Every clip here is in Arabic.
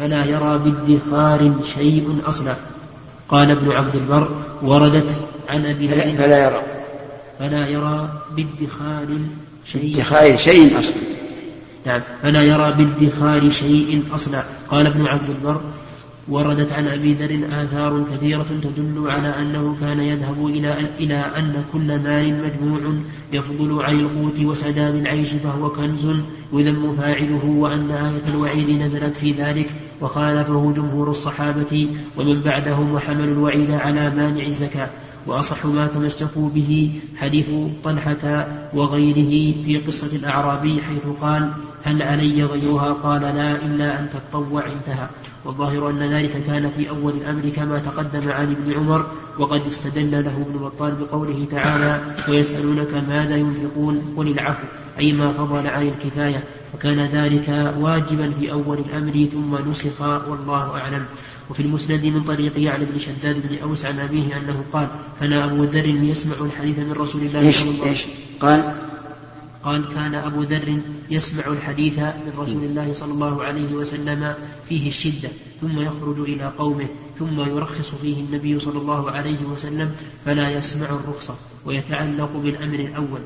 فلا يرى بادخار شيء أصلا. قال ابن عبد البر وردت عن أبي ذر فلا يرى بادخار شيء أصلا. نعم فلا يرى بادخار شيء أصلا. قال ابن عبد البر وردت عن أبي ذر آثار كثيرة تدل على أنه كان يذهب إلى أن كل مال مجموع يفضل عن القوت وسداد العيش فهو كنز يذم فاعله، وأن آية الوعيد نزلت في ذلك وخالفه جمهور الصحابة ومن بعدهم وحملوا الوعيد على مانع الزكاة. وأصح ما تمسكوا به حديث طلحة وغيره في قصة الأعرابي حيث قال هل علي غيرها؟ قال لا إلا أن تتطوع انتهى. والظاهر أن ذلك كان في أول الأمر كما تقدم عن ابن عمر، وقد استدل له ابن بطال بقوله تعالى ويسألونك ماذا ينفقون قل العفو أي ما فضل عن الكفاية، وكان ذلك واجبا في أول الأمر ثم نسخ والله أعلم. وفي المسند من طريق يعلى بن شداد بن أوس عن أبيه أنه قال كان أبو ذر يسمع الحديث من رسول الله صلى الله عليه وسلم قال كان أبو ذر يسمع الحديث من رسول الله صلى الله عليه وسلم فيه الشدة ثم يخرج إلى قومه ثم يرخص فيه النبي صلى الله عليه وسلم فلا يسمع الرخصة ويتعلق بالأمر الأول.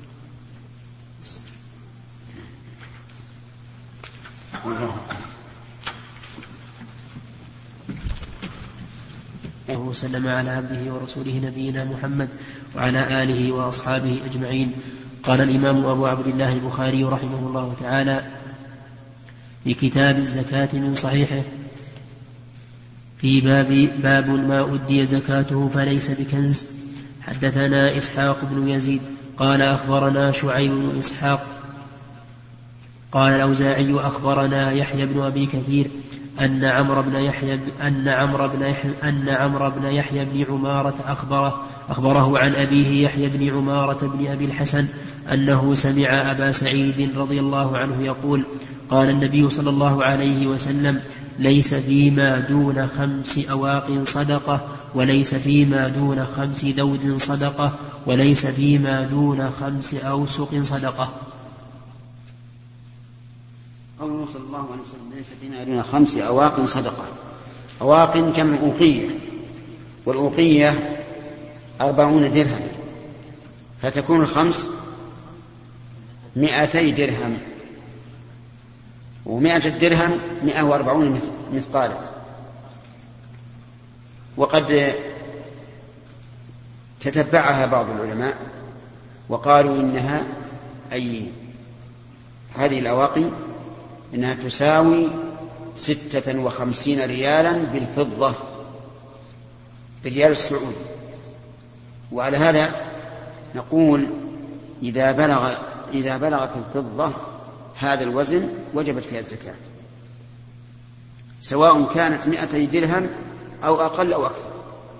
وسلم على عبده ورسوله نبينا محمد وعلى آله وأصحابه أجمعين. قال الإمام أبو عبد الله البخاري رحمه الله تعالى في كتاب الزكاة من صحيحه في باب ما أدي زكاته فليس بكنز. حدثنا إسحاق بن يزيد قال أخبرنا شعيب بن إسحاق قال الأوزاعي أخبرنا يحيى بن أبي كثير أن عمرو بن يحيى بن عمارة أخبره عن أبيه يحيى بن عمارة بن أبي الحسن أنه سمع أبا سعيد رضي الله عنه يقول قال النبي صلى الله عليه وسلم ليس فيما دون 5 أواق صدقة وليس فيما دون 5 ذود صدقة وليس فيما دون 5 أوسق صدقة. قوله صلى الله عليه وسلم ليس فيما دون 5 أواق صدقة. أواق جمع أوقية، والأوقية 40 درهم، فتكون 5 200 درهم، و100 الدرهم 140 مثقالا. وقد تتبعها بعض العلماء وقالوا إنها أي هذه الأواقي إنها تساوي 56 ريالا بالفضة بالريال السعودي. وعلى هذا نقول إذا بلغت الفضة هذا الوزن وجبت فيها الزكاة، سواء كانت 200 درهم أو أقل أو أكثر.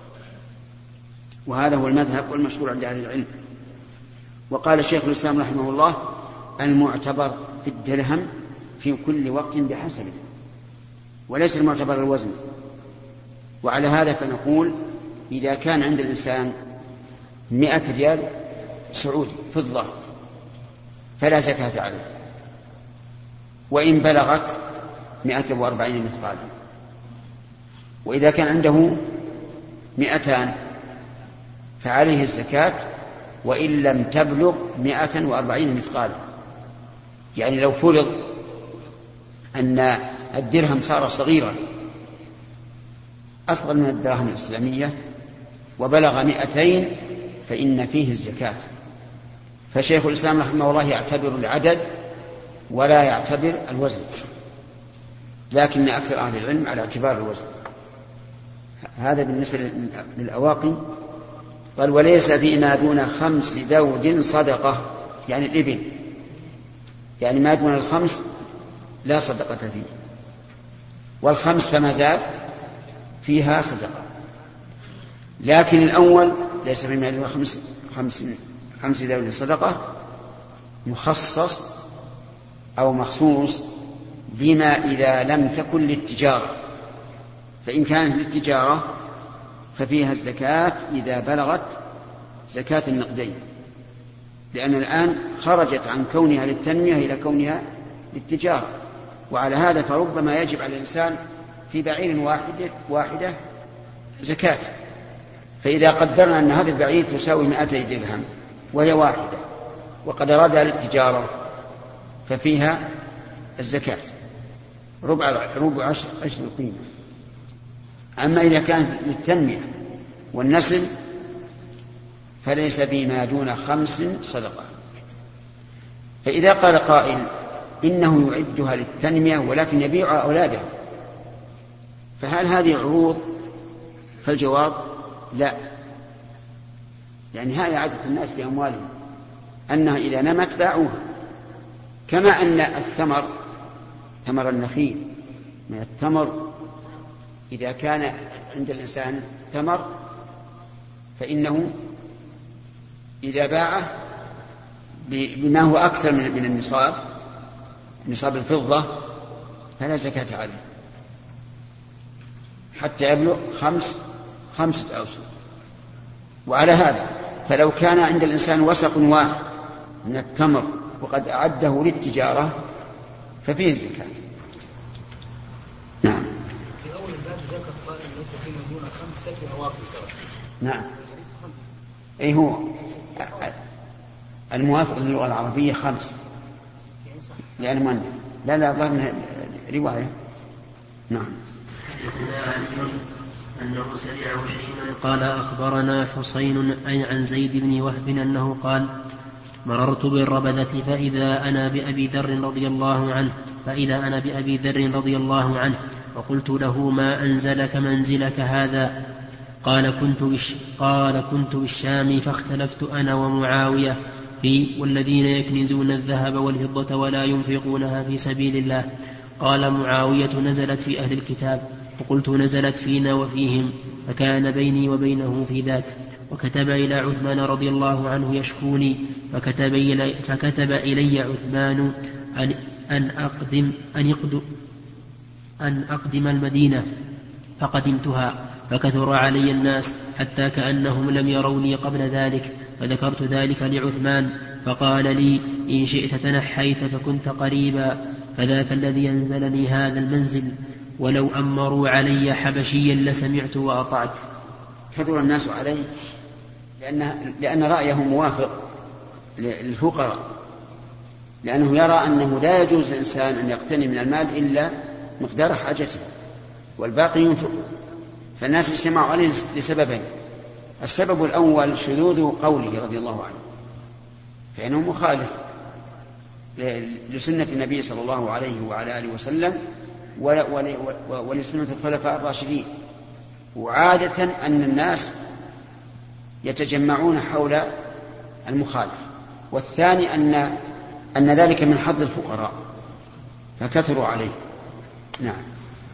وهذا هو المذهب والمشهور عند أهل العلم. وقال الشيخ الإسلام رحمه الله المعتبر في الدرهم في كل وقت بحسبه، وليس المعتبر الوزن. وعلى هذا فنقول إذا كان عند الإنسان 100 ريال سعودي فضة فلا زكاة عليه، وإن بلغت 140 مثقالا. وإذا كان عنده 200 فعليه الزكاة وإن لم تبلغ 140 مثقالا. يعني لو فرض أن الدرهم صار صغيرا أصغر من الدراهم الإسلامية وبلغ 200 فإن فيه الزكاة. فشيخ الإسلام رحمه الله يعتبر العدد ولا يعتبر الوزن، لكن أكثر أهل العلم على اعتبار الوزن. هذا بالنسبة للأواقي. قال وليس فيما دون 5 ذود صدقة، يعني الإبل، يعني ما دون 5 لا صدقة فيه، وال5 فما زاد فيها صدقة. لكن الأول ليس فيما دون 5 ذود صدقة مخصص أو مخصوص بما إذا لم تكن للتجارة، فإن كانت للتجارة ففيها الزكاة إذا بلغت زكاة النقدين، لأن الآن خرجت عن كونها للتنمية إلى كونها للتجارة. وعلى هذا فربما يجب على الإنسان في بعير واحدة زكاة. فإذا قدرنا أن هذا البعير تساوي 200 درهم وهي واحدة وقد أرادها للتجارة ففيها الزكاة ربع عشر القيمة. أما إذا كانت للتنمية والنسل فليس بما دون 5 صدقة. فإذا قال قائل إنه يعدها للتنمية ولكن يبيع أولاده، فهل هذه عروض؟ فالجواب لا، يعني هذه عادة الناس بأموالهم أنها إذا نمت باعوها، كما أن الثمر ثمر النخيل من الثمر إذا كان عند الإنسان ثمر فإنه إذا باعه بما هو أكثر من النصاب، نصاب الفضة، فلا زكاة عليه حتى يبلغ 5 أوسق. وعلى هذا فلو كان عند الإنسان وسق واحد من التمر وقد أعده للتجارة ففيه الزكاة. نعم. في أول الباب ذكر قائل ليس فيه دون 5 أواقي سواء. نعم. أي هو الموافق للغة العربية 5 لأن من لا ظهر رواية. نعم. أنه سمع حين قال أخبرنا حسين عن زيد بن وهب أنه قال مررت بالربذة فإذا أنا بأبي ذر رضي الله عنه وقلت له ما أنزلك منزلك هذا؟ قال كنت بالشام فاختلفت أنا ومعاوية في والذين يكنزون الذهب والفضة ولا ينفقونها في سبيل الله. قال معاوية نزلت في أهل الكتاب، وقلت نزلت فينا وفيهم، فكان بيني وبينه في ذاك. وكتب إلى عثمان رضي الله عنه يشكوني، فكتب إلي عثمان أن أقدم المدينة، فقدمتها فكثر علي الناس حتى كأنهم لم يروني قبل ذلك، فذكرت ذلك لعثمان فقال لي إن شئت تنحيت فكنت قريبا، فذاك الذي أنزلني هذا المنزل، ولو أمروا علي حبشيا لسمعت وأطعت. كثر الناس عليه لأن رأيه موافق للفقراء، لأنه يرى أنه لا يجوز للإنسان أن يقتني من المال إلا مقدار حاجته والباقي ينفق. فالناس اجتمعوا عليه لسببين: السبب الأول شذوذ قوله رضي الله عنه، فإنه مخالف لسنة النبي صلى الله عليه وعلى آله وسلم ولسنة الخلفاء الراشدين، وعادة أن الناس يتجمعون حول المخالف. والثاني أن ذلك من حظ الفقراء فكثروا عليه. نعم.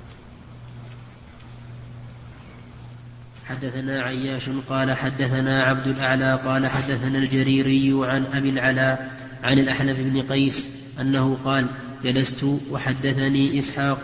حدثنا عياش قال حدثنا عبد الأعلى قال حدثنا الجريري عن أبي العلاء عن الأحنف بن قيس أنه قال جلست وحدثني إسحاق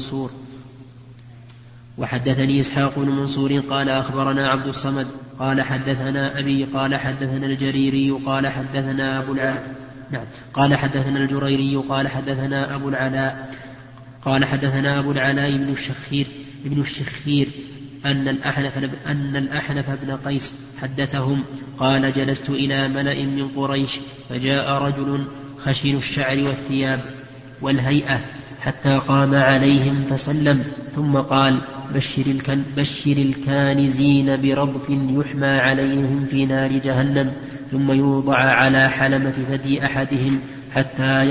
بن منصور قال أخبرنا عبد الصمد قال حدثنا أبي قال حدثنا الجريري قال حدثنا أبو العلاء قال حدثنا الجريري قال حدثنا أبو العلاء قال حدثنا أبو العلاء ابن الشخير أن الأحنف بن قيس حدثهم قال جلست إلى ملأ من قريش فجاء رجل خشن الشعر والثياب والهيئة حتى قام عليهم فسلم، ثم قال بشر الكانزين برضف يحمى عليهم في نار جهنم، ثم يوضع على حلمة ثدي أحدهم حتى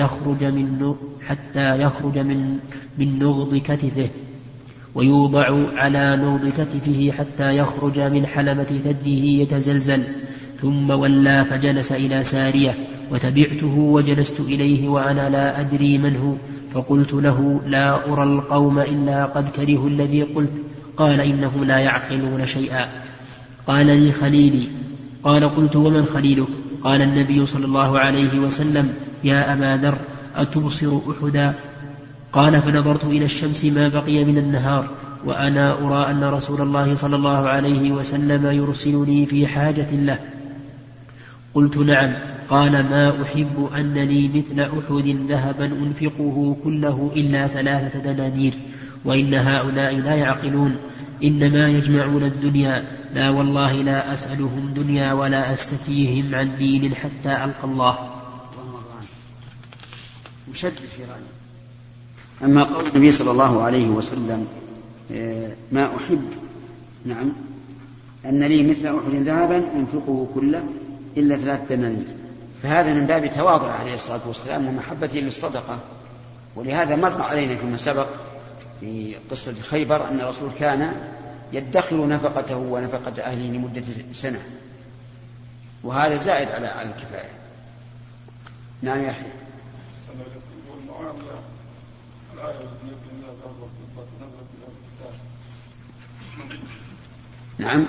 يخرج من نغض كتفه، ويوضع على نغض كتفه حتى يخرج من حلمة ثديه يتزلزل. ثم ولى فجلس إلى سارية وتبعته وجلست إليه وأنا لا أدري من هو، فقلت له لا أرى القوم إلا قد كرهوا الذي قلت. قال إنهم لا يعقلون شيئا. قال لي خليلي. قال قلت ومن خليلك؟ قال النبي صلى الله عليه وسلم يا أبا ذر أتبصر أحدا؟ قال فنظرت إلى الشمس ما بقي من النهار وأنا أرى أن رسول الله صلى الله عليه وسلم يرسلني في حاجة له. قلت نعم. قال ما أحب أن لي مثل أحد ذهبا أنفقه كله إلا 3 دنانير، وإن هؤلاء لا يعقلون، إنما يجمعون الدنيا. لا والله لا أسألهم دنيا ولا أستفيهم عن دين حتى ألقى الله. مشدد في رأيه. أما قول النبي صلى الله عليه وسلم ما أحب نعم أن لي مثل أحد ذهبا أنفقه كله إلا 3 دنانير، فهذا من باب تواضع عليه الصلاة والسلام ومحبته للصدقة. ولهذا مر علينا فيما سبق في قصة خيبر أن الرسول كان يدخر نفقته ونفقة أهله لمدة سنة، وهذا زائد على الكفاية. نعم يا أخي. نعم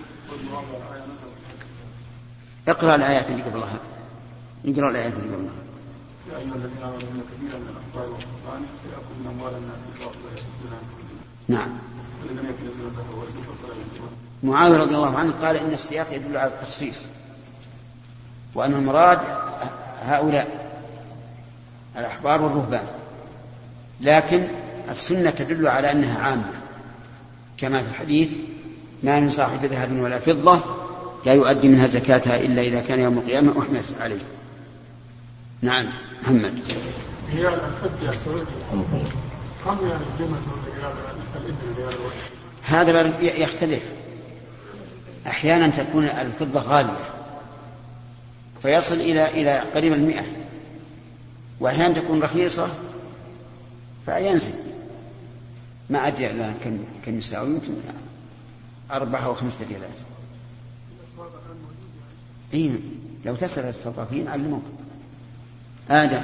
اقرأ الآيات اللي قبلها. اقرأ الآيات اللي قبلها. يا أيها الذين آمنوا إن كثيرا من الأخطاء والخطأ يأكل من أموال الناس بالباطل ويصدون عن سبيل الله. نعم. والذين يكنزون الذهب والفضة ولا ينفقون. معاذ رضي الله عنه قال إن السياق يدل على التخصيص، وأن المراد هؤلاء الأحبار والرهبان، لكن السنة تدل على أنها عامة، كما في الحديث ما من صاحب ذهب ولا فضة لا يؤدي منها زكاتها إلا إذا كان يوم القيامة أحمد عليه. نعم محمد. هي الفضة يا سيدي كم يعني قيمة الإبل؟ هذا يختلف، أحيانا تكون الفضة غالية فيصل إلى قريب 100، وأحيانا تكون رخيصة فينزل. ما أدري الآن كم يساوي، يمكن 4 أو 5 ريالات. إيه لو تسأل الصفافين علموك. آدم.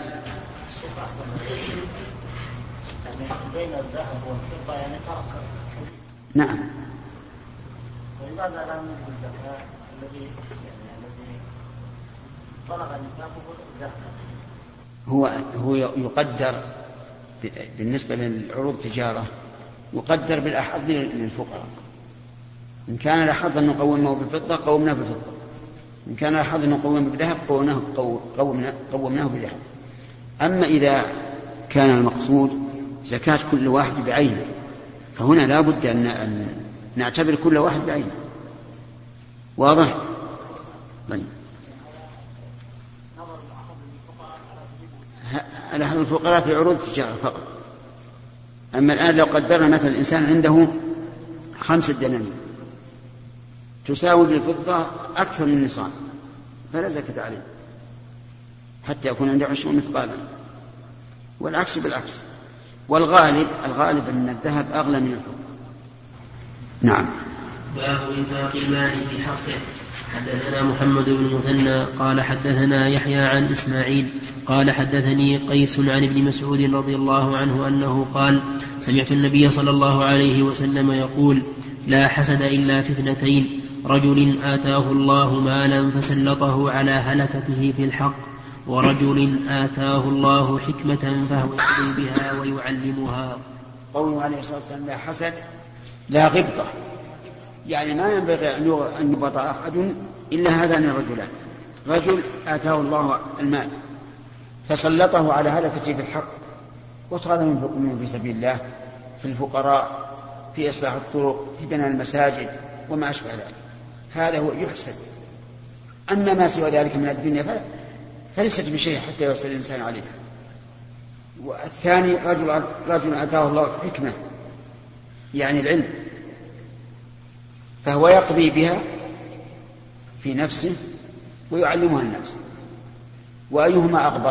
بين الذهب والفضة يعني فرق. نعم. ولماذا لا نجد الزكاة الذي بلغ نصابه الذهب؟ هو يقدر بالنسبة للعروض التجارة، يقدر بالأحظ للفقراء. إن كان الأحظ أن نقومه بالفضة قومناه بالفضة، إن كان الأحظ أن نقومه بالذهب قومناه بالذهب. أما إذا كان المقصود زكاة كل واحد بعينه فهنا لا بد أن نعتبر كل واحد بعينه. واضح؟ طيب. الأحظ الفقراء في عروض التجارة فقط. أما الآن لو قدرنا مثلا الإنسان عنده 5 دنانير تساوي بالفضة أكثر من النصاب فلا زكاة عليه حتى يكون عنده 20 مثقالا، والعكس بالعكس. والغالب أن الذهب أغلى من الفضة. نعم. باب إنفاق المال في حقه. حدثنا محمد بن المثنى قال حدثنا يحيى عن إسماعيل قال حدثني قيس عن ابن مسعود رضي الله عنه أنه قال سمعت النبي صلى الله عليه وسلم يقول لا حسد إلا في 2: رجل آتاه الله مالا فسلطه على هلكته في الحق، ورجل آتاه الله حكمة فهو يقضي بها ويعلمها. قوله عليه الصلاة والسلام لا حسد لا غبطة، يعني ما ينبغي أن يبطأ أحد إلا هذان الرجلان: رجل آتاه الله المال فسلطه على هلكته في الحق وصار ينفق منه في سبيل الله، في الفقراء، في إصلاح الطرق، في بناء المساجد وما أشبه ذلك، هذا هو يحسد. أما ما سوى ذلك من الدنيا فليست بشيء حتى يوصل الإنسان عليه. والثاني رجل آتاه الله حكمة، يعني العلم، فهو يقضي بها في نفسه ويعلمها الناس. وأيهما أغبط؟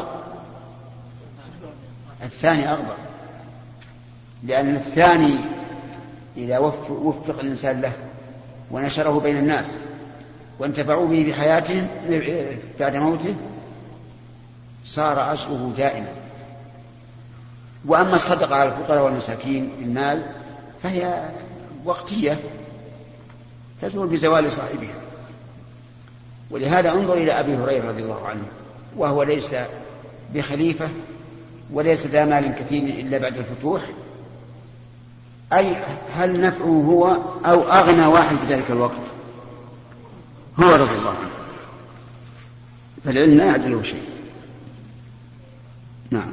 الثاني أغبط، لأن الثاني إذا وفق الإنسان له ونشره بين الناس وانتفعوا به بحياتهم بعد موته صار أجره دائما. وأما الصدقة على الفقراء والمساكين بالمال فهي وقتية تزول بزوال صاحبها. ولهذا انظر إلى أبي هريرة رضي الله عنه، وهو ليس بخليفة وليس ذا مال كثير إلا بعد الفتوح، أي هل نفعه هو أو أغنى واحد في ذلك الوقت؟ هو رضي الله عنه. فالعلم لا يعدله شيء. نعم.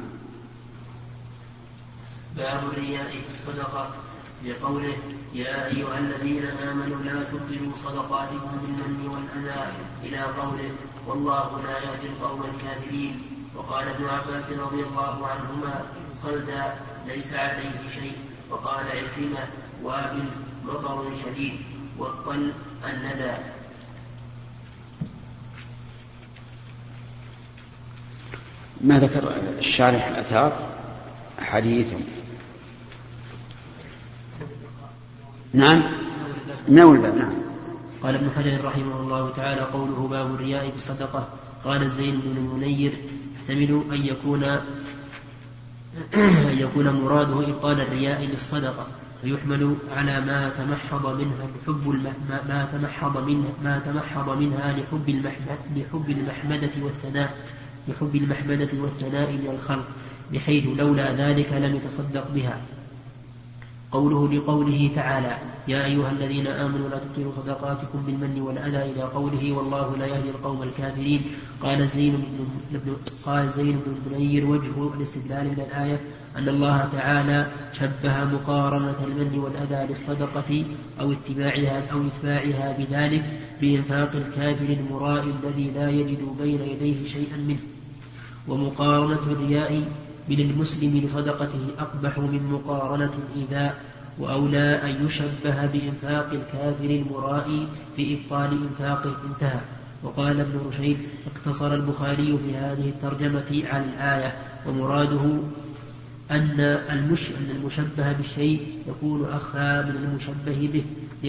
باب الرياء في الصدقة لقوله يا أيها الذين آمنوا لا تبطلوا صدقاتكم بالمن والأذى إلى قوله والله لا يهدي القوم الكافرين. وقال ابن عباس رضي الله عنهما صلدا ليس عليه شيء. وقال عكرمة وابل مطر شديد والطل الندى. ما ذكر الشارح الأثار حديث. نعم نول الباب. نعم. قال ابن حجر رحمه الله تعالى قوله باب الرياء بالصدقة. قال الزين بن المنير يحتمل أن يكون مراده إبطال الرياء للصدقة فيحمل على ما تمحض منها لحب المحمدة والثناء من الخلق بحيث لولا ذلك لم يتصدق بها. قوله لقوله تعالى يا أيها الذين آمنوا لا تبطلوا صدقاتكم بالمن والأذى إلى قوله والله لا يهدي القوم الكافرين. قال زين بن المنير وجه الاستدلال من الآية أن الله تعالى شبه مقارنة المن والأذى للصدقة أو اتباعها بذلك بإنفاق الكافر المراء الذي لا يجد بين يديه شيئا منه. ومقارنة الرياء من المسلم لصدقته أقبح من مقارنة الإيذاء وأولى أن يشبه بإنفاق الكافر المراء بإبطال إنفاقه. انتهى. وقال ابن رشيد اقتصر البخاري في هذه الترجمة على الآية ومراده أن المشبه بالشيء يكون أخفى من المشبه به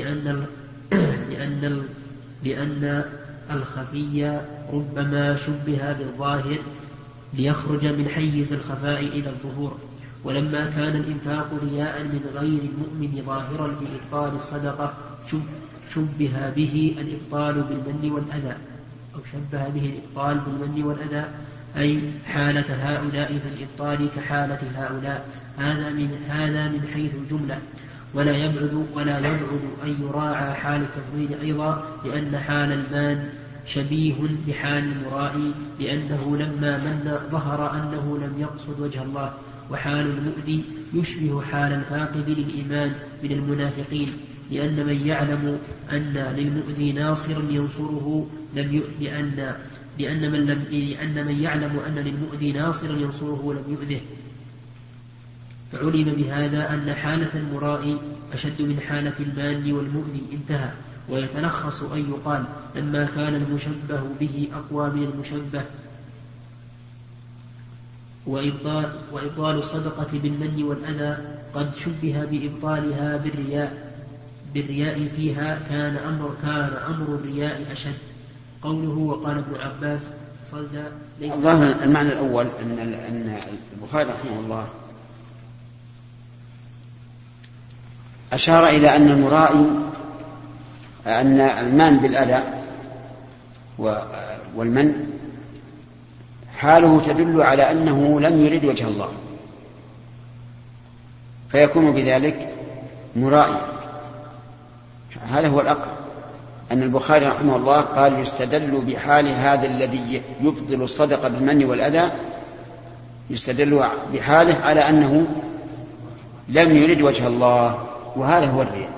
لأن الخفي ربما شبه بالظاهر ليخرج من حيز الخفاء إلى الظهور. ولما كان الإنفاق رياء من غير المؤمن ظاهرا بإبطال الصدقة شبه به الإبطال بالمن والأذى أو شبه به الإبطال بالمن والأذى أي حالة هؤلاء في الإبطال كحالة هؤلاء. هذا من حيث الجملة. ولا يبعد أن يراعى حال التفضيل أيضا لأن حال المان شبيه بحال المرائي لأنه لما من ظهر أنه لم يقصد وجه الله. وحال المؤذي يشبه حال الفاقد للإيمان من المنافقين لأن من يعلم أن للمؤذي ناصرا ينصره لأن من يعلم أن للمؤذي ناصرا ينصره لم يؤذه. فعلم بهذا أن حالة المراء أشد من حالة المان والمؤذي. انتهى. ويتلخص أن يقال لما كان المشبه به أقوى من المشبه وإبطال الصدقة بالمن والأذى قد شبه بإبطالها بالرياء فيها كان أمر الرياء أشد. قوله وقال ابن عباس صلى الظاهر المعنى الأول أن البخاري رحمه الله أشار إلى أن المرائي أن المان بالأذى والمن حاله تدل على أنه لم يرد وجه الله فيكون بذلك مرائي. هذا هو الأقرب أن البخاري رحمه الله قال يستدل بحال هذا الذي يبطل الصدقة بالمن والأذى يستدل بحاله على أنه لم يرد وجه الله وهذا هو الرياء.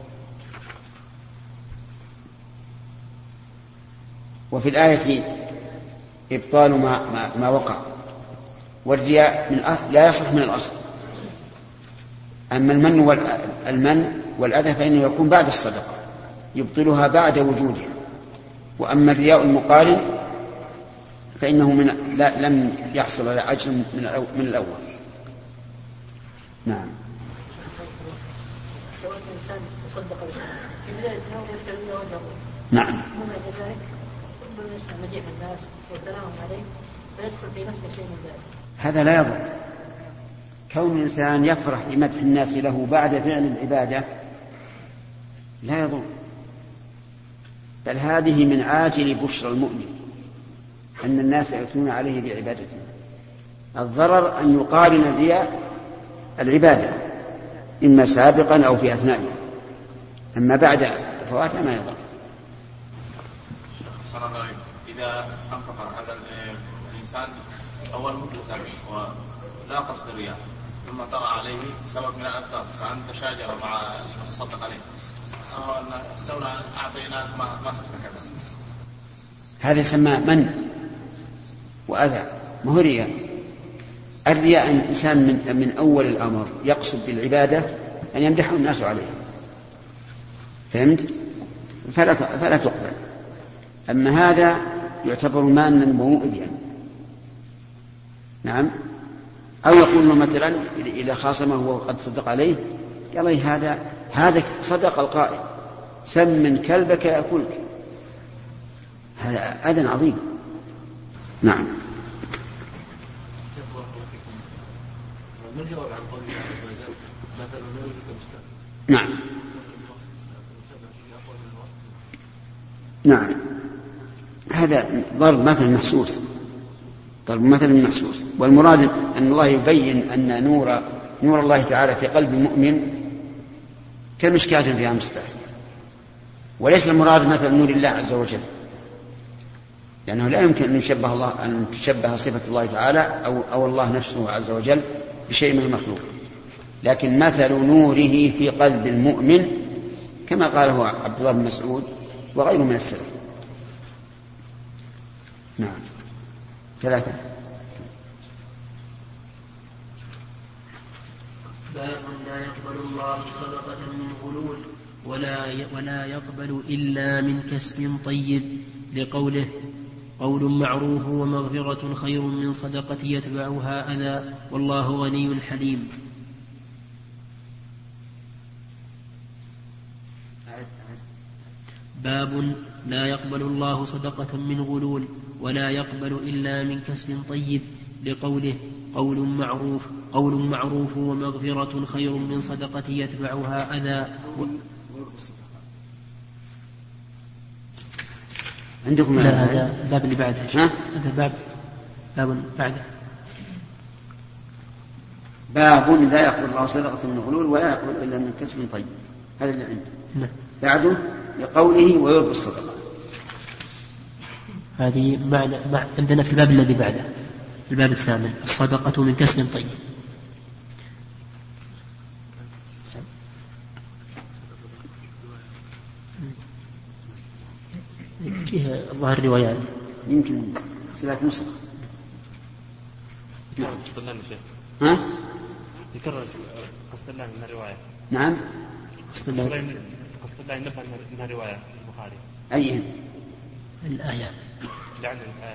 وفي الآية إبطال ما وقع والرياء لا يصح من الأصل. أما المن والأذى فإنه يكون بعد الصدقة يبطلها بعد وجودها. وأما الرياء المقارن فإنه لم يحصل على أجر من الأول. نعم. لو أن الإنسان تصدق بشيء في بداية الأمر يرتد وجهه. نعم. ومع ذلك ربما يسمع مديح الناس والكلام عليه فيدخل في نفسه شيء من ذلك. هذا لا يضر. كون الإنسان يفرح بمدح الناس له بعد فعل العبادة لا يضر، بل هذه من عاجل بشرى المؤمن أن الناس يثنون عليه بعبادته. الضرر أن يقارن الرياء العبادة إما سابقا أو في أثنائها، أما بعد فواتها ما يضر. صلى الله عليه إذا أنفق هذا الإنسان أول مفلسا ولا قصد الرياء ثم طرأ عليه سبب من الأسباب كأن تشاجر مع المتصدق عليه أو أن الدولة أعطيناك ما صرت كذا، هذا يسمى من وأذى، ما هو رياء. الرياء أن الإنسان من أول الأمر يقصد بالعبادة أن يمدحه الناس عليه، فهمت؟ فلا تقبل. أما هذا يعتبر مانا ومؤذيا. نعم. أو يقول له مثلا إذا خاصمه وقد صدق عليه قال لي هذا صدق القائل سمن كلبك يأكلك، هذا أذى عظيم. نعم. نعم. نعم. هذا ضرب مثل محسوس، ضرب مثل محسوس. والمراد أن الله يبين أن نور الله تعالى في قلب المؤمن كمشكاة فيها مصباح، وليس المراد مثل نور الله عز وجل، لأنه لا يمكن أن تشبه صفة الله تعالى أو الله نفسه عز وجل بشيء من المخلوق، لكن مثل نوره في قلب المؤمن كما قاله عبد الله بن مسعود وغيره من السلف. نعم. 3. باب لا يقبل الله صدقة من غلول ولا يقبل إلا من كسب طيب، لقوله قول معروف ومغفرة خير من صدقة يتبعها أذى والله غني حليم. باب لا يقبل الله صدقة من غلول ولا يقبل إلا من كسب طيب، لقوله قول معروف ومغفرة خير من صدقة يتبعها أذى. عندكم لا، هذا الباب اللي بعده. هذا باب بعده. باب لا يقبل الله صدقة من غلول ولا يقبل إلا من كسب طيب، هذا اللي عنده. بعده لقوله ويربي الصدقة. هذه عندنا في الباب الذي بعده، الباب 8 الصدقة من كسب طيب. فيها الظاهر الروايات يمكن سلاك نسخ. ها؟ يكرر قصد الله من الرواية. نعم. قصد الله نبه من الرواية البخاري. أيهم؟ الآية. لعن الآية.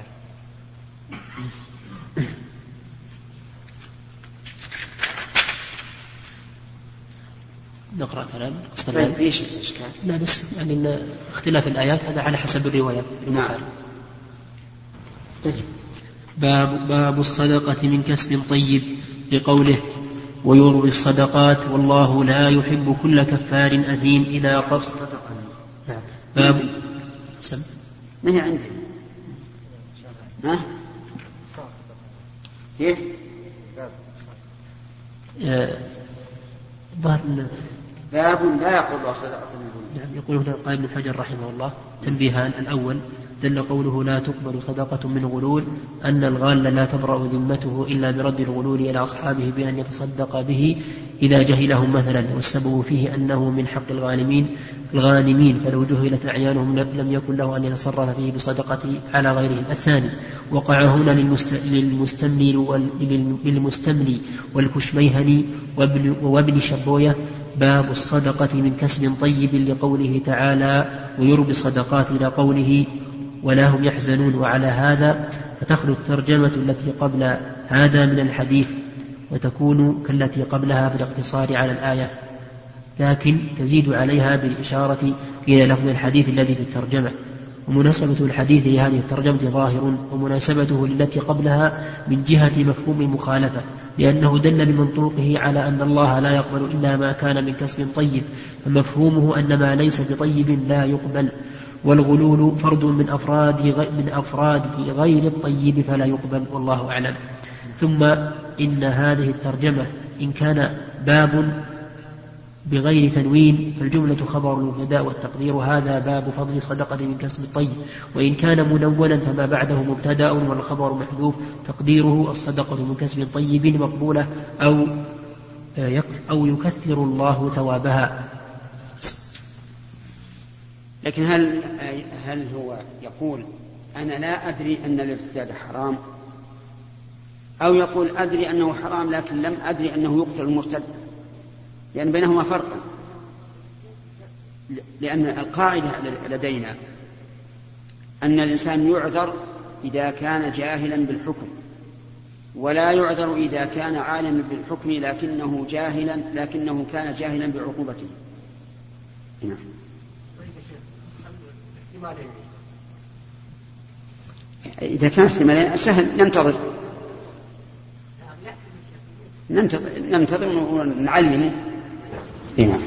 نقرأ كلام قصد الله. ايش الإشكال؟ لا بس يعني اختلاف الآيات هذا على حسب الروايات. نعم. باب الصدقة من كسب طيب، لقوله ويربي الصدقات والله لا يحب كل كفار أثيم إلى قبض. نعم. باب ما هي عندي؟ ها؟ كيف؟ ظهر باب لا يقول الله صدقة من غلول. نعم. يقول هنا القائم بن حجر رحمه الله تنبيهان. الأول دل قوله لا تقبل صدقة من غلول أن الغال لا تبرأ ذمته إلا برد الغلول إلى أصحابه بأن يتصدق به إذا جهلهم مثلا، والسبب فيه أنه من حق الغانمين فلو جهلت أعيانهم لم يكن له أن يتصرف فيه بصدقة على غيرهم. الثاني وقع هنا للمستملي والكشميهني وابن شبوية باب الصدقة من كسب طيب، لقوله تعالى ويربي الصدقات إلى قوله ولا هم يحزنون. وعلى هذا فتخلو الترجمة التي قبل هذا من الحديث وتكون كالتي قبلها بالاقتصار على الآية، لكن تزيد عليها بالإشارة إلى لفظ الحديث الذي في الترجمة. ومناسبة الحديث لهذه الترجمة ظاهر، ومناسبته للتي قبلها من جهة مفهوم المخالفة، لأنه دل بمنطوقه على أن الله لا يقبل إلا ما كان من كسب طيب، فمفهومه أن ما ليس بطيب لا يقبل، والغلول فرد من أفراد غير الطيب فلا يقبل، والله أعلم. ثم إن هذه الترجمة إن كان بغير تنوين، فالجملة خبر المبتدأ والتقدير هذا باب فضل صدقة من كسب الطيب، وإن كان منونا فما بعده مبتدأ والخبر محذوف، تقديره الصدقة من كسب طيب مقبولة أو يكثر الله ثوابها. لكن هل هو يقول أنا لا أدري أن الارتداد حرام، أو يقول أدري أنه حرام لكن لم أدري أنه يقتل المرتد؟ لأن بينهما فرقا، لأن القاعدة لدينا أن الإنسان يعذر إذا كان جاهلا بالحكم، ولا يعذر إذا كان عالما بالحكم لكنه كان جاهلا بعقوبته. نعم. إذا كان احتمالين سهل، ننتظر ونعلمه. نعم.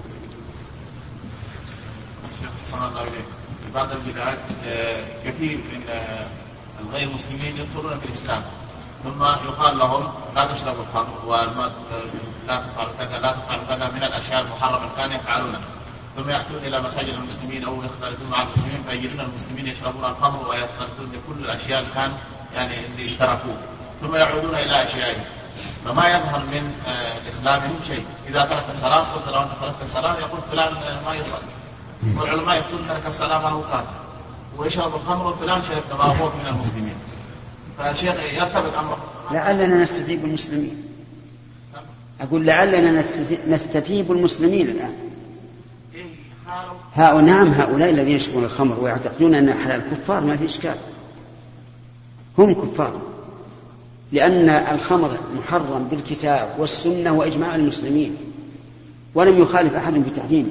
في بعض البلاد كثير من الغير المسلمين يدخلون في الإسلام، ثم يقال لهم لا تشربوا الخمر لا تفعلوا كذا لا تفعلوا كذا من الأشياء المحرمة كانوا يفعلونها، ثم يأتون إلى مساجد المسلمين أو يختلطون مع المسلمين فيجدون المسلمين يشربون الخمر ويختلطون بكل الأشياء اللي كان اللي تركوه، ثم يعودون إلى أشيائهم، فما يظهر من إسلامهم شيء. إذا ترك الصلاة قلت له أنت تركت الصلاة، يقول فلان ما يصلي، والعلماء يقولون ترك الصلاة ما هو كافر، ويشرب الخمر وفلان شرب ما هو من المسلمين. فشيخ يرتبط أمره. لعلنا نستتيب المسلمين، أقول لعلنا نستتيب المسلمين الآن. نعم، هؤلاء الذين يشربون الخمر ويعتقدون أنها حلال كفار، ما في إشكال، هم كفار، لأن الخمر محرم بالكتاب والسنة وإجماع المسلمين، ولم يخالف أحد في تحريمه.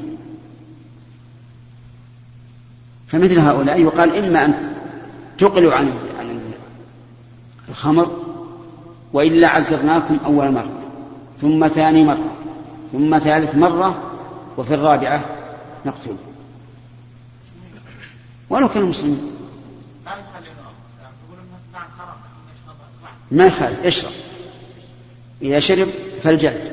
فمثل هؤلاء يقال إما أن تقلوا عن الخمر، وإلا عزرناكم أول مرة، ثم ثاني مرة، ثم ثالث مرة، وفي الرابعة نقتل ولو كانوا مسلمين. ما يخالف، اشرب، إذا شرب فالجلد.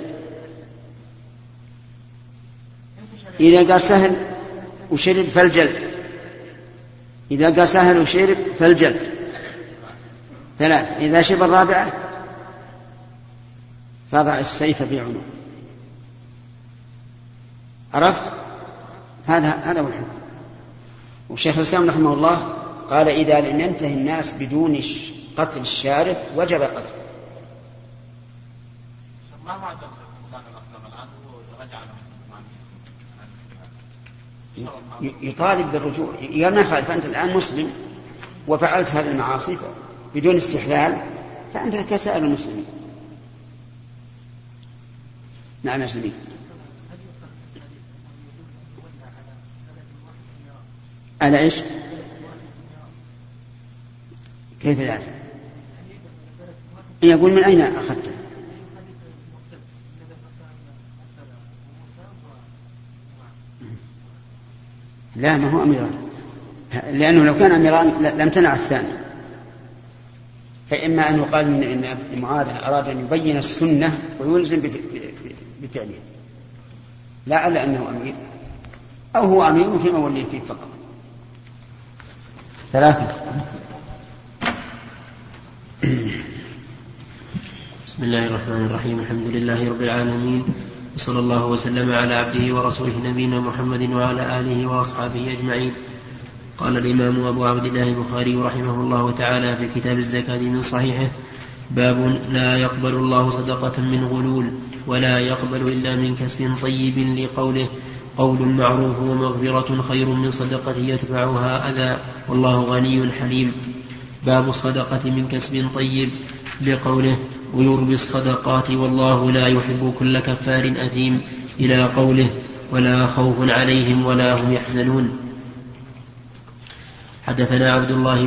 إذا قال سهل وشرب فالجلد، إذا قال سهل وشرب فالجلد 3. إذا شرب الرابعة فضع السيف في عنقه. عرفت؟ هذا هو الحكم. والشيخ الإسلام رحمه الله قال إذا لم ينتهي الناس بدون قتل الشارب وجب قتله. يطالب بالرجوع، يقول ما خالف، أنت الآن مسلم وفعلت هذه المعاصي بدون استحلال، فأنت كسائر المسلمين. نعم يا سليم. على إيش؟ كيف ذلك؟ يقول من أين أخذته؟ لا، ما هو أميران، لأنه لو كان أميران لم تنع الثاني. فإما أن يقال إن معاذ أراد أن يبين السنة ويلزم بفعله، لا على أنه أمير، أو هو أمير فيما ولي فيه فقط. 3. بسم الله الرحمن الرحيم. الحمد لله رب العالمين، وصلى الله وسلم على عبده ورسوله نبينا محمد وعلى آله وأصحابه أجمعين. قال الإمام أبو عبد الله البخاري رحمه الله تعالى في كتاب الزكاة من صحيحه: باب لا يقبل الله صدقة من غلول ولا يقبل إلا من كسب طيب، لقوله: قول معروف ومغفرة خير من صدقة يتبعها أذى والله غني حليم. باب الصدقة من كسب طيب، لقوله: ويربي الصدقات والله لا يحب كل كفار أثيم، إلى قوله: ولا خوف عليهم ولا هم يحزنون. حدثنا عبد الله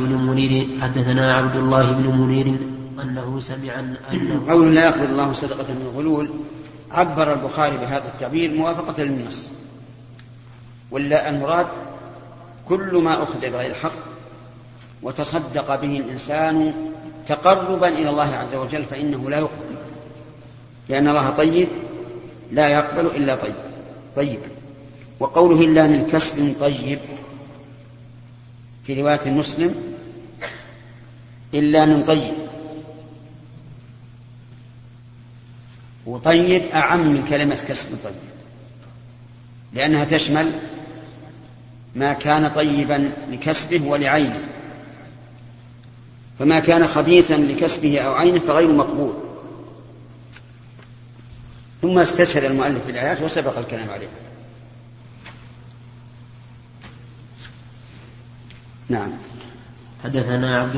بن منير أنه سمع أنه قول لا يقبل الله صدقة من غلول، عبر البخاري بهذا التعبير موافقة للنص، ولا المراد كل ما أخذ بغير حق وتصدق به الإنسان تقربا إلى الله عز وجل فإنه لا يقبل، لأن الله طيب لا يقبل إلا طيب. طيبا. وقوله إلا من كسب طيب في رواية مسلم إلا من طيب، وطيب أعم من كلمة كسب طيب، لأنها تشمل ما كان طيبا لكسبه ولعينه، فما كان خبيثا لكسبه أو عينه فغير مقبول. ثم استشهد المؤلف بالآيات وسبق الكلام عليه. نعم. حدثنا عبد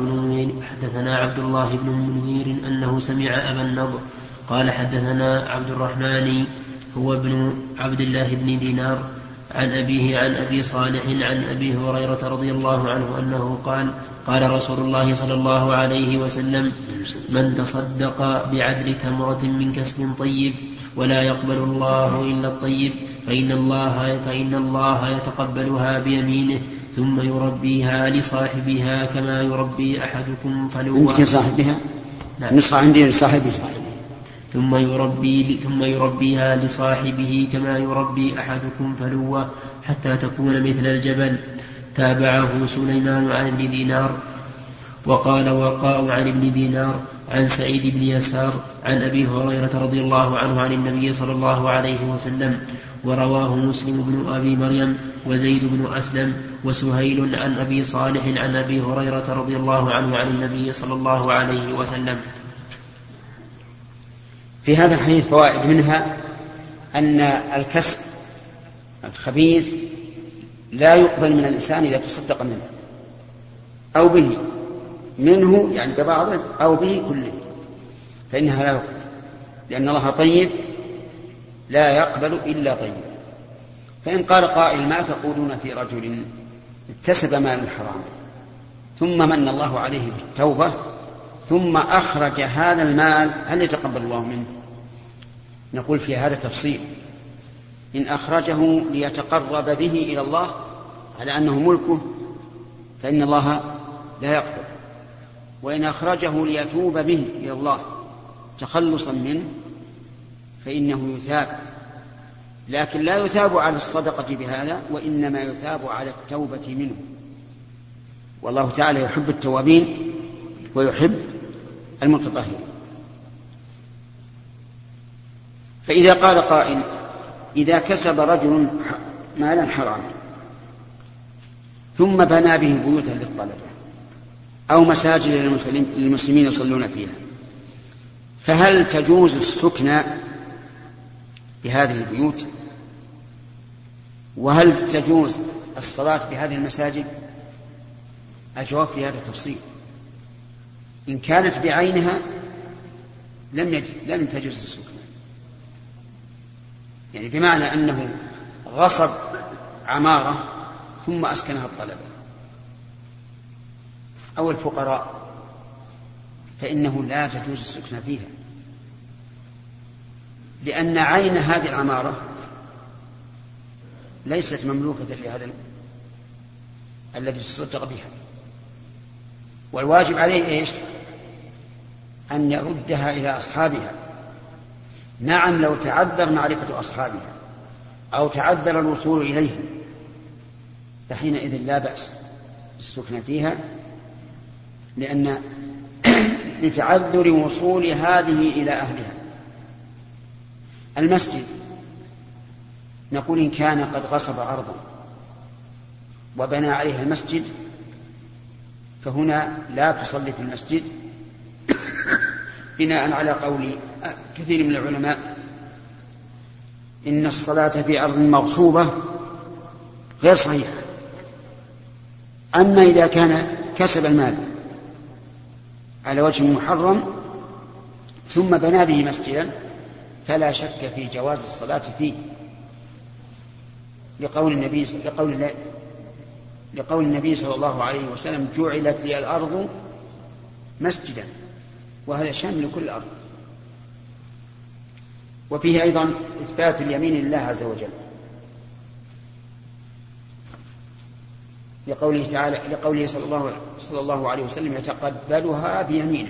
الله بن منير أنه سمع أبا النضر قال حدثنا عبد الرحمن هو ابن عبد الله بن دينار عن أبيه عن أبي صالح عن أبي هريرة رضي الله عنه أنه قال قال رسول الله صلى الله عليه وسلم من تصدق بعدل تمرة من كسب طيب ولا يقبل الله إلا الطيب فإن الله يتقبلها بيمينه ثم يربيها لصاحبها كما يربي أحدكم فلوه. عندك صاحبها؟ نعم. نصف عندي لصاحبها. ثم يربيها لصاحبه كما يربي أحدكم فلوه حتى تكون مثل الجبل. تابعه سليمان عن ابن دينار. وقال وقاء عن ابن دينار عن سعيد بن يسار عن أبي هريرة رضي الله عنه عن النبي صلى الله عليه وسلم. ورواه مسلم بن أبي مريم وزيد بن أسلم وسهيل عن أبي صالح عن أبي هريرة رضي الله عنه عن النبي صلى الله عليه وسلم. في هذا الحديث فوائد، منها أن الكسب الخبيث لا يقبل من الإنسان إذا تصدق منه أو به منه، يعني ببعضه أو به كله، فإنها لا يقبل، لأن الله طيب لا يقبل إلا طيب. فإن قال قائل ما تقولون في رجل اكتسب مال الحرام ثم من الله عليه بالتوبة ثم أخرج هذا المال هل يتقبل الله منه؟ نقول في هذا تفصيل. إن أخرجه ليتقرب به إلى الله على أنه ملكه فإن الله لا يقبل، وإن أخرجه ليتوب به إلى الله تخلصا منه فإنه يثاب، لكن لا يثاب على الصدقة بهذا، وإنما يثاب على التوبة منه. والله تعالى يحب التوابين ويحب المتطهرين. فإذا قال قائل إذا كسب رجل مالا حراما ثم بنى به بيوتا للطلبة أو مساجد للمسلمين يصلون فيها، فهل تجوز السكنى بهذه البيوت؟ وهل تجوز الصلاة بهذه المساجد؟ الجواب في هذا تفصيل. إن كانت بعينها لم تجوز السكنى، يعني بمعنى أنه غصب عمارة ثم أسكنها الطلبة أو الفقراء، فإنه لا تجوز السكنى فيها، لأن عين هذه العمارة ليست مملوكة لهذا الذي تصدق بها، والواجب عليه إيش؟ أن يردها إلى أصحابها. نعم لو تعذر معرفة أصحابها أو تعذر الوصول إليهم فحينئذ لا بأس السكن فيها، لأن لتعذر وصول هذه إلى أهلها. المسجد نقول إن كان قد غصب أرضا وبنى عليها المسجد فهنا لا تصلي في المسجد بناء على قول كثير من العلماء إن الصلاة في أرض مغصوبة غير صحيحة. أما إذا كان كسب المال على وجه محرم ثم بنى به مسجدا فلا شك في جواز الصلاة فيه، لقول النبي صلى الله عليه وسلم جعلت لي الأرض مسجدا، وهذا شامل لكل أرض. وفيه أيضا إثبات اليمين لله عز وجل، لقوله صلى الله عليه وسلم يتقبلها بيمينه.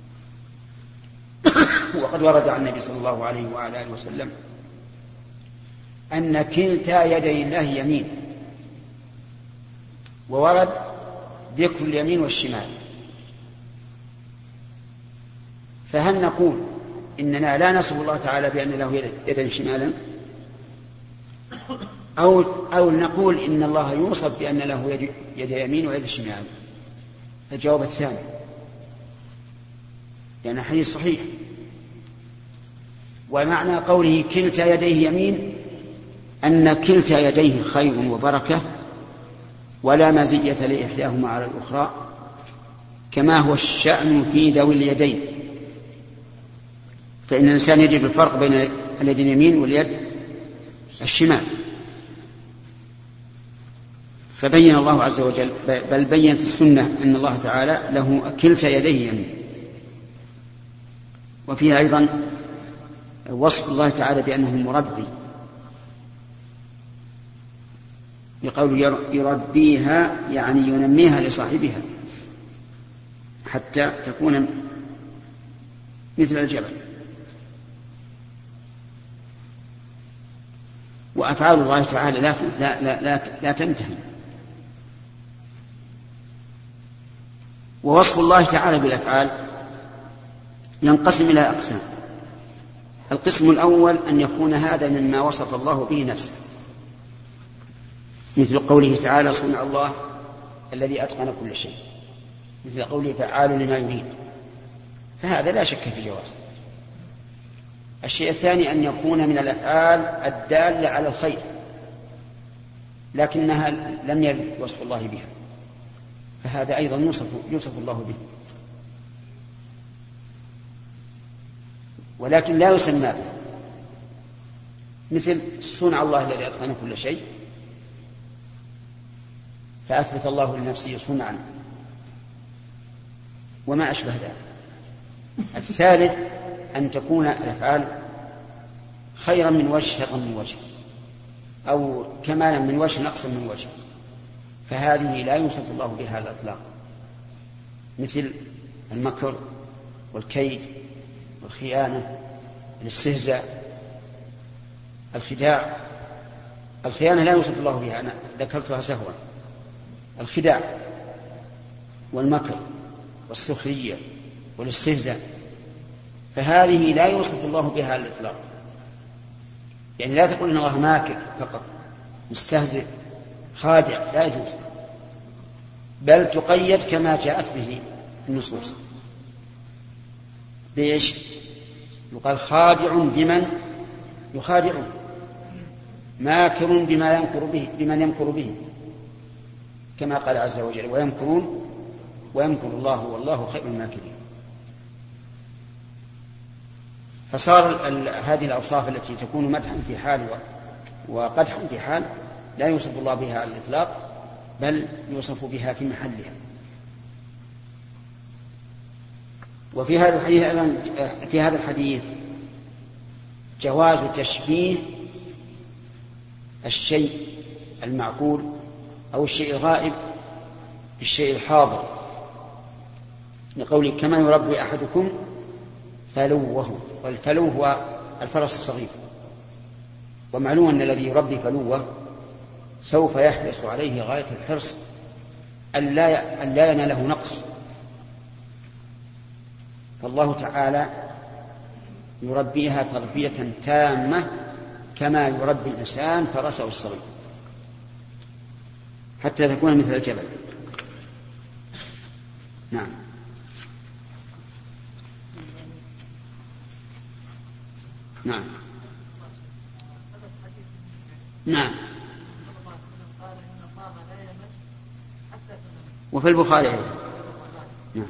وقد ورد عن النبي صلى الله عليه وعلى آله وسلم أن كلتا يدي الله يمين، وورد ذكر اليمين والشمال، فهل نقول إننا لا نصف الله تعالى بأن له يدا شمالا، أو نقول إن الله يوصف بأن له يد يمين ويد شمال؟ الجواب الثاني، لأن حديث صحيح. ومعنى قوله كلتا يديه يمين أن كلتا يديه خير وبركة ولا مزية لإحداهما على الأخرى، كما هو الشأن في ذوي اليدين، فإن الإنسان يجد الفرق بين اليد اليمين واليد الشمال. فبين الله عز وجل، بل بينت السنة أن الله تعالى له كلتا يديه يمين. وفيها أيضا وصف الله تعالى بأنه مربي، بقول يربيها يعني ينميها لصاحبها حتى تكون مثل الجبل. وأفعال الله تعالى لا تنتهي. ووصف الله تعالى بالأفعال ينقسم إلى أقسام. القسم الأول أن يكون هذا مما وصف الله به نفسه، مثل قوله تعالى صنع الله الذي أتقن كل شيء، مثل قوله فعال لما يريد، فهذا لا شك في جوازه. الشيء الثاني أن يكون من الأفعال الدالة على الخير لكنها لم يرد وصف الله بها، فهذا أيضا يوصف الله به، ولكن لا يسمى به، مثل صنع الله الذي أتقن كل شيء، فأثبت الله لنفسه صنعا وما أشبه ذلك. الثالث أن تكون الأفعال خيرا من وجه شرا من وجه، أو كمالا من وجه نقصا من وجه، فهذه لا يوصف الله بها على الإطلاق، مثل المكر والكيد والخيانة، الاستهزاء، الخداع. الخيانة لا يوصف الله بها، أنا ذكرتها سهوا. الخداع والمكر والسخرية والاستهزاء، فهذه لا يوصف الله بها على الإطلاق. يعني لا تقول إن الله ماكر فقط، مستهزئ، خادع، لا يجوز، بل تقيد كما جاءت به النصوص. بإيش؟ يقال خادع بمن يخادعون، ماكر بمن يمكر به، كما قال عز وجل ويمكرون ويمكر الله والله خير الماكرين. فصار هذه الأوصاف التي تكون مدحا في حال وقدحا في حال لا يوصف الله بها على الإطلاق، بل يوصف بها في محلها. وفي هذا الحديث جواز تشبيه الشيء المعقول أو الشيء الغائب بالشيء الحاضر، لقوله كما يربي أحدكم فلوه، والفلو هو الفرس الصغير، ومعلوم أن الذي يربي فلوه سوف يحرص عليه غاية الحرص أن لا يناله نقص. فالله تعالى يربيها تربية تامة كما يربي الإنسان فرسه الصغير حتى تكون مثل الجبل. نعم. نعم. نعم. وفي البخاري أيضا. نعم.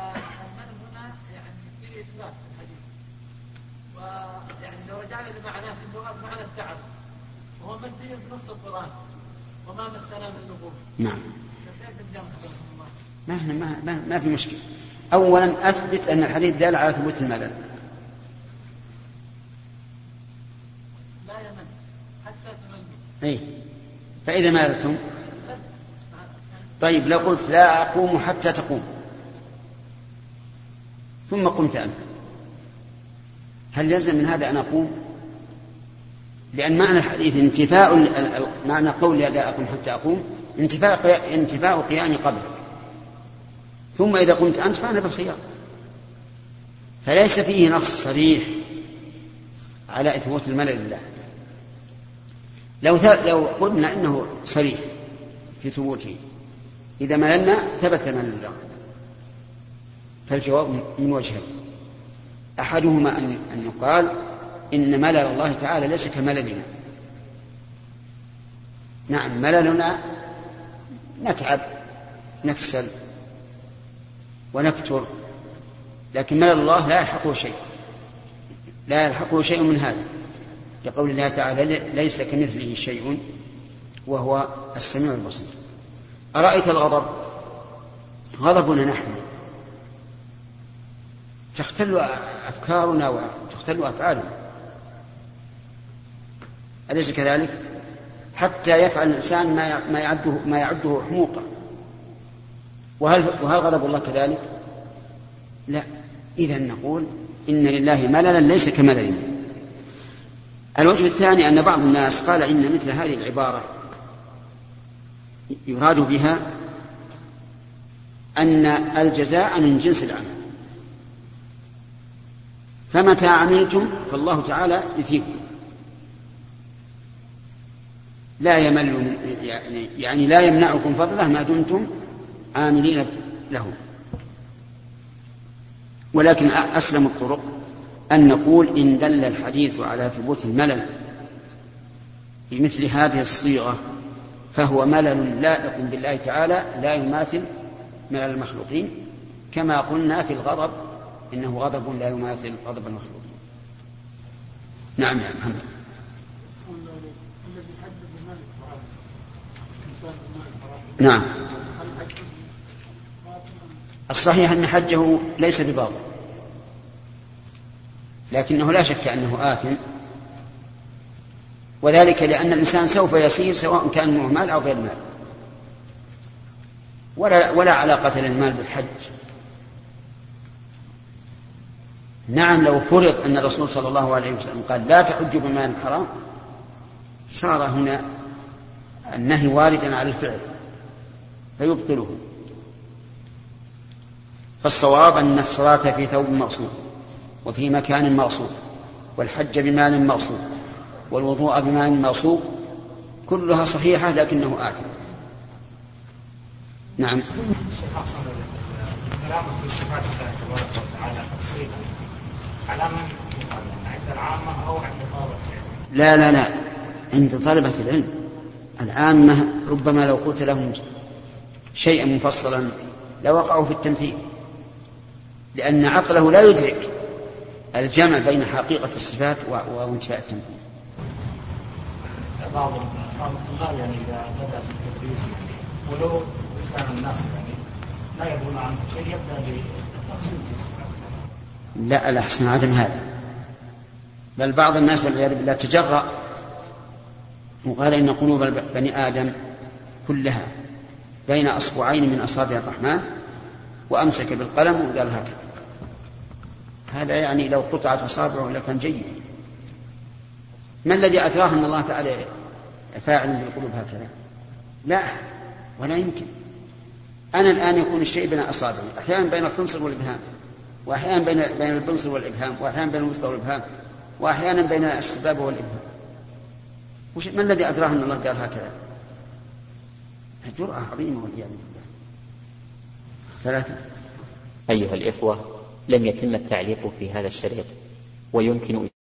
ويعني لو رجعنا لمعناه في اللغة معنى التعب، وهو منتهي في نص القرآن وما مسنا من لغوب. نعم. ما في مشكلة. أولا أثبت أن الحديث دال على ثبوت الملل. لا يمل حتى تمل. أي فإذا مالتم. طيب لو قلت لا أقوم حتى تقوم ثم قمت أنت، هل يلزم من هذا أن أقوم؟ لأن معنى الحديث معنى قول لا أقوم حتى أقوم انتفاء قيامي قبلك، ثم إذا قمت أنت فأنا بالخيار. فليس فيه نص صريح على إثبات الملل لله. لو قلنا إنه صريح في ثبوته، إذا مللنا ثبت الملل لله. فالجواب من وجهين: أحدهما أن يقال إن ملل الله تعالى ليس كمللنا. نعم، مللنا نتعب نكسل ونفتر، لكن ملل الله لا يلحقه شيء من هذا، لقول الله تعالى: ليس كمثله شيء وهو السميع البصير. أرأيت الغضب؟ غضبنا نحن تختل أفكارنا وتختل أفعالنا، أليس كذلك؟ حتى يفعل الإنسان ما يعده حموقا. وهل غضب الله كذلك؟ لا. إذن نقول إن لله مللا ليس كمللنا. الوجه الثاني أن بعض الناس قال إن مثل هذه العبارة يراد بها أن الجزاء من جنس العمل، فمتى عملتم فالله تعالى يثيبكم، لا يمل يعني لا يمنعكم فضله ما دمتم عاملين له. ولكن أسلم الطرق أن نقول إن دل الحديث على ثبوت الملل بمثل هذه الصيغة فهو ملل لائق بالله تعالى لا يماثل ملل المخلوقين، كما قلنا في الغضب إنه غضب لا يماثل غضب المخلوقين. نعم يا محمد. نعم، الصحيح أن حجه ليس بباطل، لكنه لا شك أنه آثم، وذلك لأن الإنسان سوف يسير سواء كان معه مال أو غير مال، ولا علاقة للمال بالحج. نعم، لو فرض أن الرسول صلى الله عليه وسلم قال لا تحج بمال حرام صار هنا النهي واردا على الفعل فيبطله. فالصواب أن الصلاة في ثوب مغصوب وفي مكان مغصوب والحج بمال مغصوب والوضوء بمال مغصوب كلها صحيحة لكنه آثم. نعم. كلامه في صفات الله تبارك وتعالى تفصيلا على من عند العامة أو عند طلبة العلم؟ لا، عند طلبة العلم. العامة ربما لو قلت لهم شيئا مفصلا لوقعوا في التمثيل، لأن عقله لا يدرك الجمع بين حقيقة الصفات وانتفاء التمثيل. بعض الطلاب يعني إذا بدأ في التدريس ولو كان الناس يعني لا يدرون عنه شيء يبدأ بالتفصيل في الصفات. لا، الأحسن عدم هذا، بل بعض الناس والعياذ بالله تجرأ وقال إن قلوب بني آدم كلها بين أصبعين من أصابع الرحمن وأمسك بالقلم وقال هكذا. هذا يعني لو قطعت أصابعه لكان جيد. ما الذي أتراه أن الله تعالى فاعل بالقلوب هكذا؟ لا، ولا يمكن. أنا الآن يكون الشيء بين أصابعي، أحيانا بين الخنصر والإبهام، وأحيانا بين البنصر والإبهام، وأحيانا بين الوسطى والإبهام، وأحيانا بين السبابة والإبهام. ما الذي أدراه أن الله قال هكذا؟ جرأة عظيمة والعياذ بالله. 3. أيها الإخوة، لم يتم التعليق في هذا الشريط، ويمكن